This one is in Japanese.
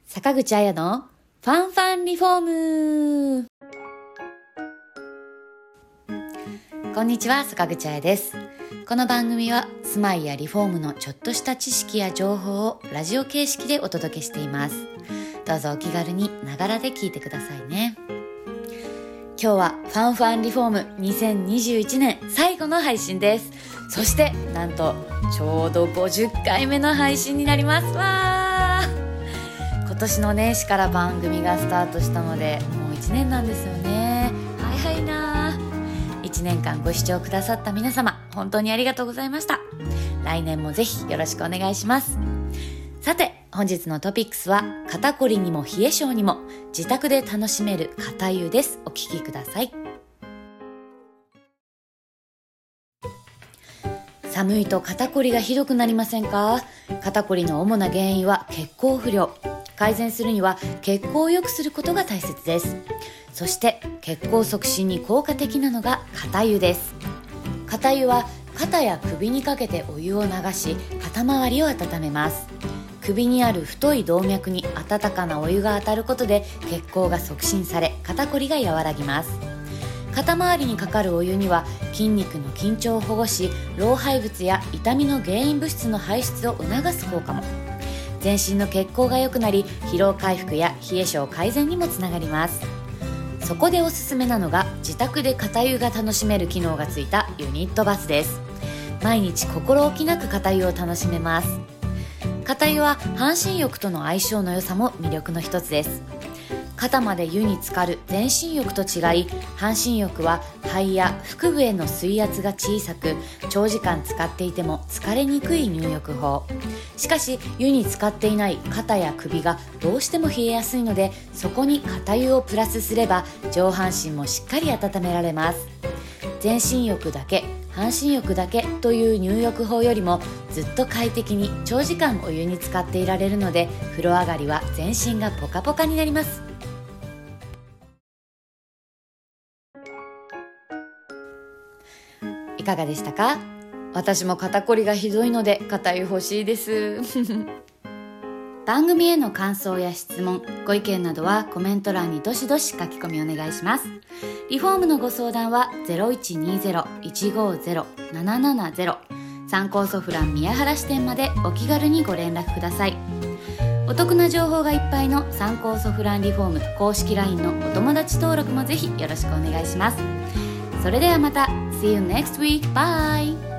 坂口彩のファンファンリフォーム。こんにちは、坂口彩です。この番組は住まいやリフォームのちょっとした知識や情報をラジオ形式でお届けしています。どうぞお気軽にながらで聞いてくださいね。今日はファンファンリフォーム2021年最後の配信です。そしてなんとちょうど50回目の配信になります。わー、今年の年始から番組がスタートしたのでもう1年なんですよね。早いな。1年間ご視聴くださった皆様、本当にありがとうございました。来年もぜひよろしくお願いします。さて、本日のトピックスは肩こりにも冷え性にも自宅で楽しめる肩湯です。お聞きください。寒いと肩こりがひどくなりませんか？肩こりの主な原因は血行不良。改善するには血行を良くすることが大切です。そして血行促進に効果的なのが肩湯です。肩湯は肩や首にかけてお湯を流し、肩周りを温めます。首にある太い動脈に温かなお湯が当たることで血行が促進され、肩こりが和らぎます。肩周りにかかるお湯には筋肉の緊張を保護し、老廃物や痛みの原因物質の排出を促す効果も。全身の血行が良くなり、疲労回復や冷え性改善にもつながります。そこでおすすめなのが自宅で肩湯が楽しめる機能がついたユニットバスです。毎日心置きなく肩湯を楽しめます。肩湯は半身浴との相性の良さも魅力の一つです。肩まで湯に浸かる全身浴と違い、半身浴は肺や腹部への水圧が小さく、長時間使っていても疲れにくい入浴法。しかし湯に浸かっていない肩や首がどうしても冷えやすいので、そこに肩湯をプラスすれば上半身もしっかり温められます。全身浴だけ、半身浴だけという入浴法よりもずっと快適に長時間お湯に浸かっていられるので、風呂上がりは全身がポカポカになります。いかがでしたか？私も肩こりがひどいので肩湯欲しいです番組への感想や質問、ご意見などはコメント欄にどしどし書き込みお願いします。リフォームのご相談は 0120-150-770 参考ソフラン宮原支店までお気軽にご連絡ください。お得な情報がいっぱいの参考ソフランリフォーム公式 LINE のお友達登録もぜひよろしくお願いします。それではまた See you next week. Bye!